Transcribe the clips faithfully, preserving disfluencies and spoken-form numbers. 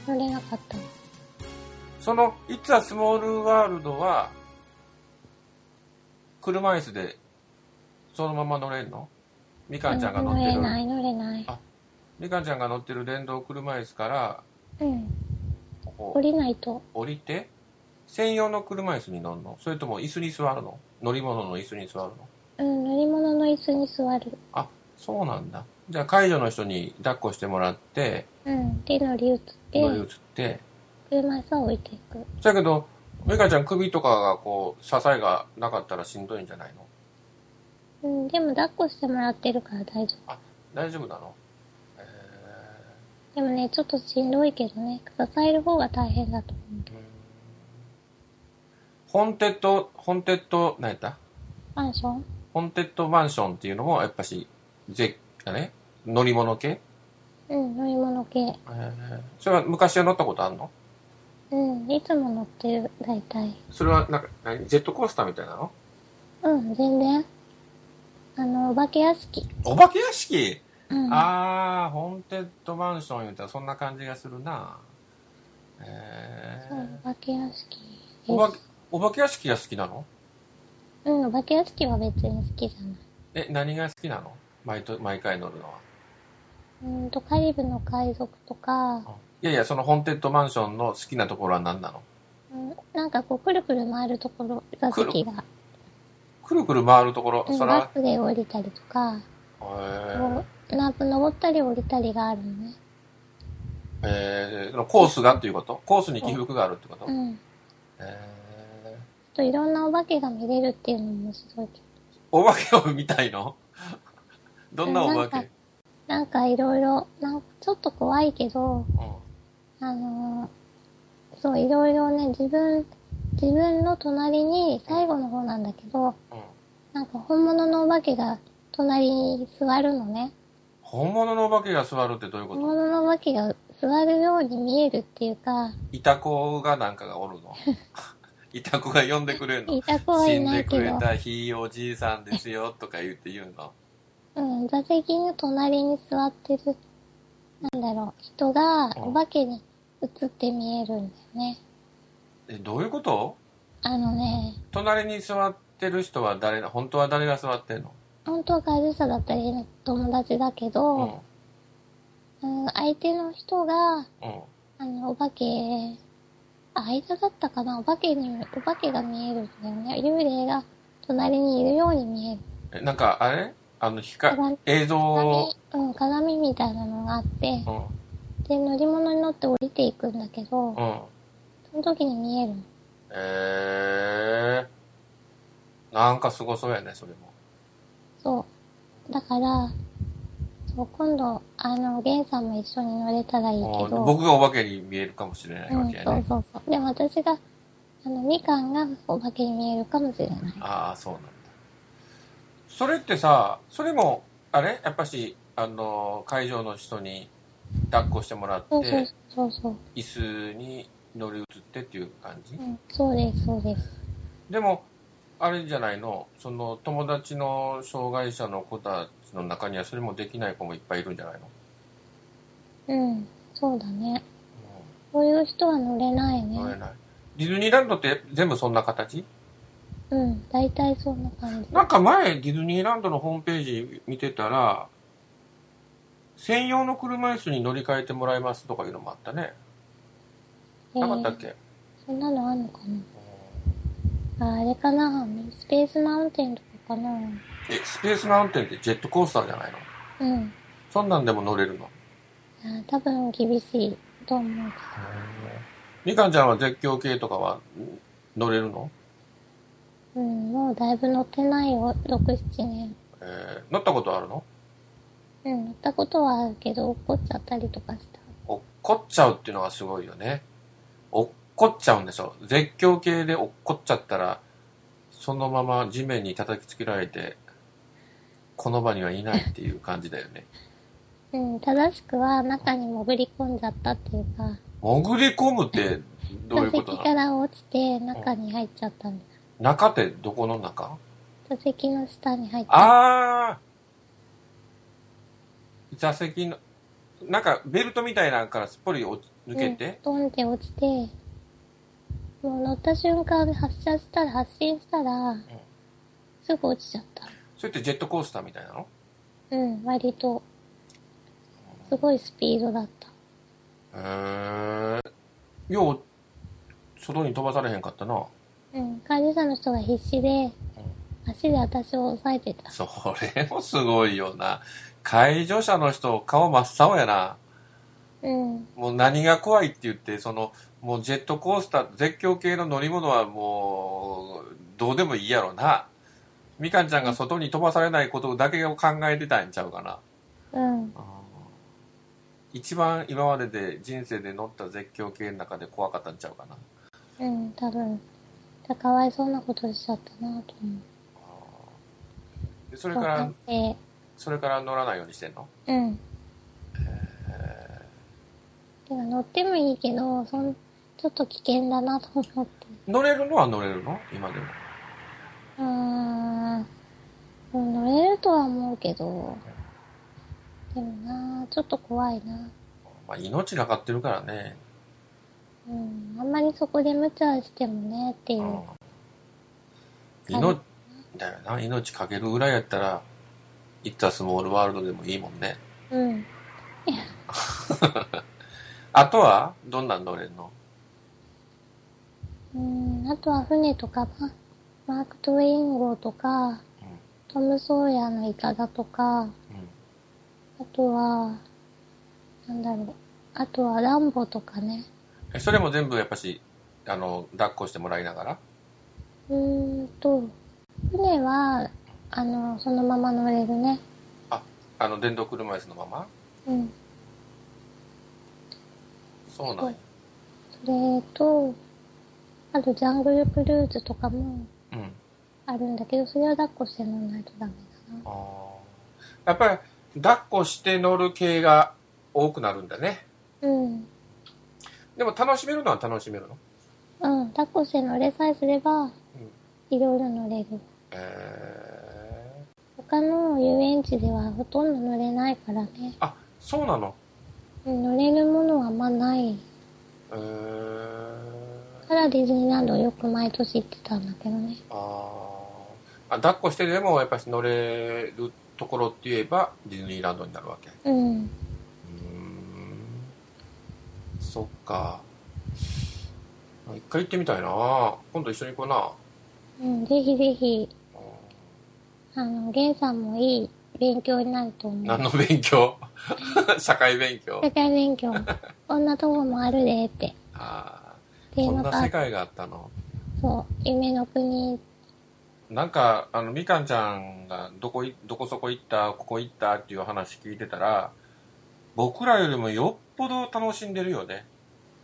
乗れなかった。 その、It's a Small World は、車椅子で、そのまま乗れんの？みかんちゃんが乗ってる。 乗れない、乗れない。 あ、みかんちゃんが乗ってる電動車椅子から、 うん。降りないと。 降りて、専用の車椅子に乗るの？それとも椅子に座るの？乗り物の椅子に座るの？ うん、乗り物の椅子に座る。 あ、そうなんだ。じゃあ、介助の人に抱っこしてもらって、 うん、で、乗り移って、 乗り移って、 車椅子は置いていく。 だけど、みかんちゃん首とかがこう、支えがなかったらしんどいんじゃないの？うん、でも抱っこしてもらってるから大丈夫。 あ、大丈夫なの？へー。でもね、ちょっとしんどいけどね、支える方が大変だと思うけど。 ホンテッド、ホンテッド、何やったマンション？ ホンテッドマンションっていうのも、やっぱし、ぜ、あれ乗り物系？ うん、乗り物系。 えー、それは昔は乗ったことあるの？ うん、いつも乗ってる、大体。 それは、なんか、何ジェットコースターみたいなの？ うん、全然。あの、お化け屋敷。 お化け屋敷？ うん。 あー、ホンテッドマンション言うたらそんな感じがするな。えー、 そう、お化け屋敷。 お化け、お化け屋敷が好きなの？ うん、お化け屋敷は別に好きじゃない。 え、何が好きなの？毎と、毎回乗るのは。 うんと、カリブの海賊とか。 いやいや、そのホンテッドマンションの好きなところは何なの？ うん、なんかこう、くるくる回るところ、座席が。 くるくる回るところ、 うん、 それは。 バックで降りたりとか。 へー。 ナープ登ったり降りたりがあるのね。 えー、コースがっていうこと？コースに起伏があるってこと？ うん。 えー、といろんなお化けが見れるっていうのも面白いけど。 お化けを見たいの？どんなお化け？ なんかいろいろ、なんかちょっと怖いけど、 うん、 あのー、そう、いろいろね、自分、自分の隣に、最後の方なんだけど、うん、なんか本物のお化けが隣に座るのね。 本物のお化けが座るってどういうこと？ 本物のお化けが座るように見えるっていうか。 いた子がなんかがおるの？いた子が呼んでくれるの？ いた子はいないけど。 死んでくれたひいおじいさんですよとか言って言うの？ うん、座席の隣に座ってる、なんだろう、人がお化けに映って見えるんだよね。 え、どういうこと？あのね、 隣に座ってる人は誰な、本当は誰が座ってんの？ 本当はガルサだったり友達だけど、うん、うん、相手の人が、うん、あの、お化け、間だったかな、お化けに、お化けが見えるんだよね。幽霊が隣にいるように見える。 え、なんか、あれあの、光、映像を。 鏡、うん、鏡みたいなのがあって、うん、で、乗り物に乗って降りていくんだけど、うん、その時に見えるの。 へえー。なんかすごそうやね、それも。 そう。だから、そう、今度、あの、ゲンさんも一緒に乗れたらいいけど。 僕がお化けに見えるかもしれないわけやね。 うん、そうそうそう。でも私が、あの、みかんがお化けに見えるかもしれない。 ああ、そうなんだ。それってさ、それも、あれやっぱし、あの、会場の人に抱っこしてもらって、そうそうそうそう。椅子に乗り移ってっていう感じ？うん、 そうです、そうです。 でも、あれじゃないの、その友達の障害者の子たちの中にはそれもできない子もいっぱいいるんじゃないの？ うん、そうだね。うん、そういう人は乗れないね。 乗れない。ディズニーランドって全部そんな形？ うん、大体そんな感じ。 なんか前、ディズニーランドのホームページ見てたら、専用の車椅子に乗り換えてもらいますとかいうのもあったね。えー、なかったっけ？ そんなのあんのかな？あ、あれかな？スペースマウンテンとかかな？ え、スペースマウンテンってジェットコースターじゃないの？うん。そんなんでも乗れるの？ あ、多分厳しいと思うけど。 みかんちゃんは絶叫系とかは乗れるの？ うん、もうだいぶ乗ってないよ、ろく、ななねん。 えー、乗ったことあるの？ うん、乗ったことはあるけど、落っこっちゃったりとかした。 落っこっちゃうっていうのがすごいよね。落っこっちゃうんでしょ。絶叫系で落っこっちゃったら、そのまま地面に叩きつけられて、この場にはいないっていう感じだよね。 うん、正しくは中に潜り込んじゃったっていうか。 潜り込むってどういうことなの？ 座席から落ちて中に入っちゃったんです。 中ってどこの中？ 座席の下に入っちゃった。ああ。 座席の、なんかベルトみたいなのからすっぽり落ち抜けて、 うん、ドンって落ちて、もう乗った瞬間発射したら、発進したら、うん、すぐ落ちちゃった。 それってジェットコースターみたいなの？ うん、割と、すごいスピードだった。 へー。よう、外に飛ばされへんかったな。 うん、介助者の人が必死で、うん、足で私を押さえてた。 それもすごいよな。介助者の人、顔真っ青やな。 うん。 もう何が怖いって言って、その、もうジェットコースター、絶叫系の乗り物はもう、どうでもいいやろな。みかんちゃんが外に飛ばされないことだけを考えてたんちゃうかな。 うん。 一番今までで人生で乗った絶叫系の中で怖かったんちゃうかな。 うん、多分。かわいそうなことしちゃったなと思う。 でそれから、それから乗らないようにしてんの？ うん。てか乗ってもいいけど、そんちょっと危険だなと思って。 乗れるのは乗れるの？今でも。 うーん。乗れるとは思うけど、でもなちょっと怖いな。 まあ、命がかってるからね。 うん。あんまりそこで無茶してもねっていう。 命だよな。命かけるぐらいやったら、いったスモールワールドでもいいもんね。 うん。 あとはどんなん乗れんの？ うん、あとは船とか、マーク・トウェイン号とか、うん、トム・ソーヤーのイカダとか、うん、あとは、なんだろう、あとはランボとかね。 え、それも全部やっぱし、あの、抱っこしてもらいながら？ うーんと、船は、あの、そのまま乗れるね。 あ、あの、電動車椅子のまま？ うん。 そうなんや。 それと、あとジャングルクルーズとかもあるんだけど、それは抱っこして乗らないとダメだな。 あ、やっぱり抱っこして乗る系が多くなるんだね。 うん。 でも楽しめるのは楽しめるの？ うん、抱っこして乗れさえすれば、うん、いろいろ乗れる。 えー、 他の遊園地ではほとんど乗れないからね。 あ、そうなの？ 乗れるものはあんまない。 えーからディズニーランドをよく毎年行ってたんだけどね。 ああ、抱っこしてでもやっぱり乗れるところって言えばディズニーランドになるわけ。 うん。うーん、 そっか。一回行ってみたいな。今度一緒に行こうな。 うん、ぜひぜひ。あの、ゲンさんもいい勉強になると思う。 何の勉強？社会勉強。 社会勉強。こんなとこもあるでって。 ああ。そんな世界があったの？ そう、夢の国。 なんか、あの、みかんちゃんがどこい、どこそこ行った、ここ行ったっていう話聞いてたら、僕らよりもよっぽど楽しんでるよね。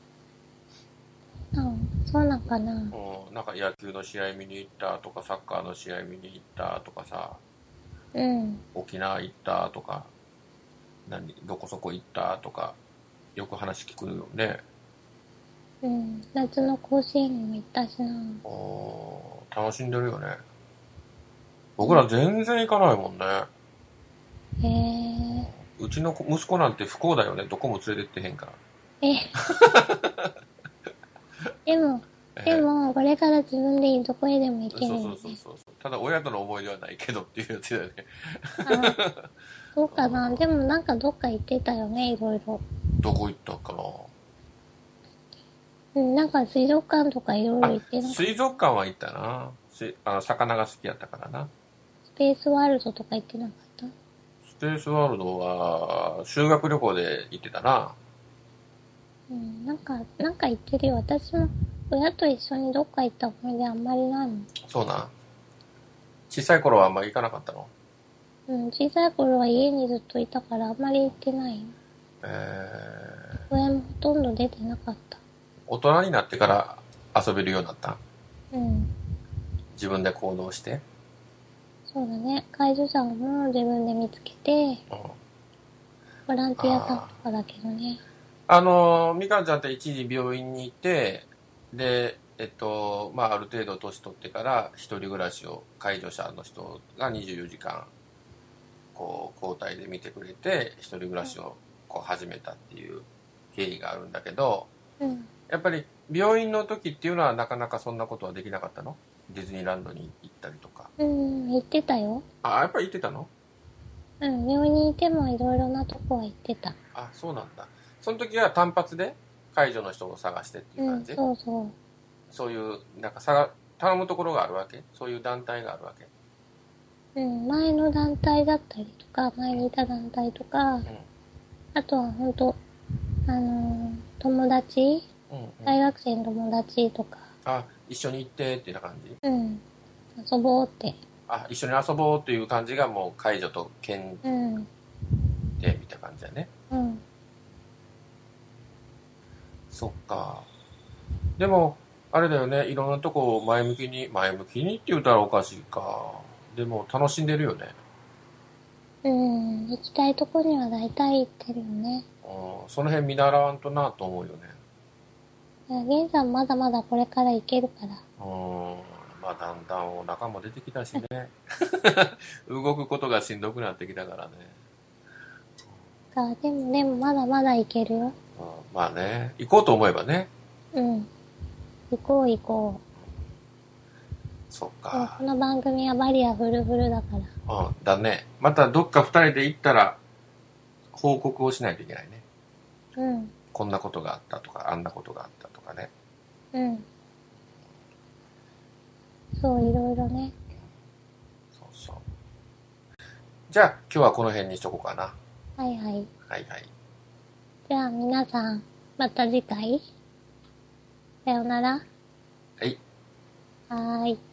うん、そうなんかな。うん、 なんか野球の試合見に行ったとか、サッカーの試合見に行ったとかさ、 うん。 沖縄行ったとか、何、どこそこ行ったとか、よく話聞くよね。 うん、夏の甲子園にも行ったしな。 おー、楽しんでるよね。僕ら全然行かないもんね。 へえ。 うちの息子なんて不幸だよね。どこも連れてってへんから。 えでも、でも、これから自分でどこへでも行ける、ね。 そうそうそうそう。ただ親との思い出はないけどっていうやつだよね。 あ、そうかな。でもなんかどっか行ってたよね、いろいろ。 どこ行ったかな。 うん、なんか水族館とかいろいろ行ってな。 水族館は行ったな。あの魚が好きやったからな。 スペースワールドとか行ってなかった？ スペースワールドは修学旅行で行ってたな。 うん、なんか、なんか行ってるよ。私も親と一緒にどっか行った思い出あんまりないもん。 そうな。小さい頃はあんまり行かなかったの？ うん、小さい頃は家にずっといたからあんまり行ってないよ。えー。親もほとんど出てなかった。 大人になってから遊べるようになった？ うん。 自分で行動して？ そうだね。介助者も自分で見つけて、うん、ボランティアさんとかだけどね。 あの、みかんちゃんって一時病院に行って、で、えっと、まあ、ある程度年取ってから一人暮らしを介助者の人がにじゅうよじかん、こう、交代で見てくれて、一人暮らしをこう始めたっていう経緯があるんだけど、 うん。 やっぱり病院の時っていうのはなかなかそんなことはできなかったの？ディズニーランドに行ったりとか。 うん、行ってたよ。 あ、やっぱり行ってたの？ うん、病院にいてもいろいろなとこは行ってた。 あ、そうなんだ。その時は単発で介助の人を探してっていううん、 感じ？ そうそう。 そういう、なんかさ、頼むところがあるわけ？そういう団体があるわけ？ うん、前の団体だったりとか、前にいた団体とか、 うん。 あとは本当あのー友達、 うんうん、 大学生の友達とか、 あ、一緒に行ってっていう感じ？ うん、遊ぼうって。 あ、一緒に遊ぼうっていう感じがもう介助と検うん、 定みたいな感じだね。 うん、 そっか。でも、あれだよね、いろんなとこ前向きに、前向きにって言うたらおかしいか。でも楽しんでるよね。 うん、行きたいとこには大体行ってるよね。 うん、その辺見習わんとなと思うよね。 いや、現在まだまだこれから行けるから。 うん、まあだんだんお腹も出てきたしね。動くことがしんどくなってきたからね。 か、でも、でもまだまだ行けるよ。 うん、まあね、行こうと思えばね。 うん。行こう行こそっう。でもか。 この番組はバリアフルフルだから。 うん、だね。またどっか二人で行ったら報告をしないといけないね。 うん。 こんなことがあったとか、あんなことがあったとかね。 うん。そう、いろいろね。 そうそう。じゃあ今日はこの辺にしとこうかな。 はいはい。 はいはい。 じゃあ皆さん、また次回。さよなら。 はい。 はーい。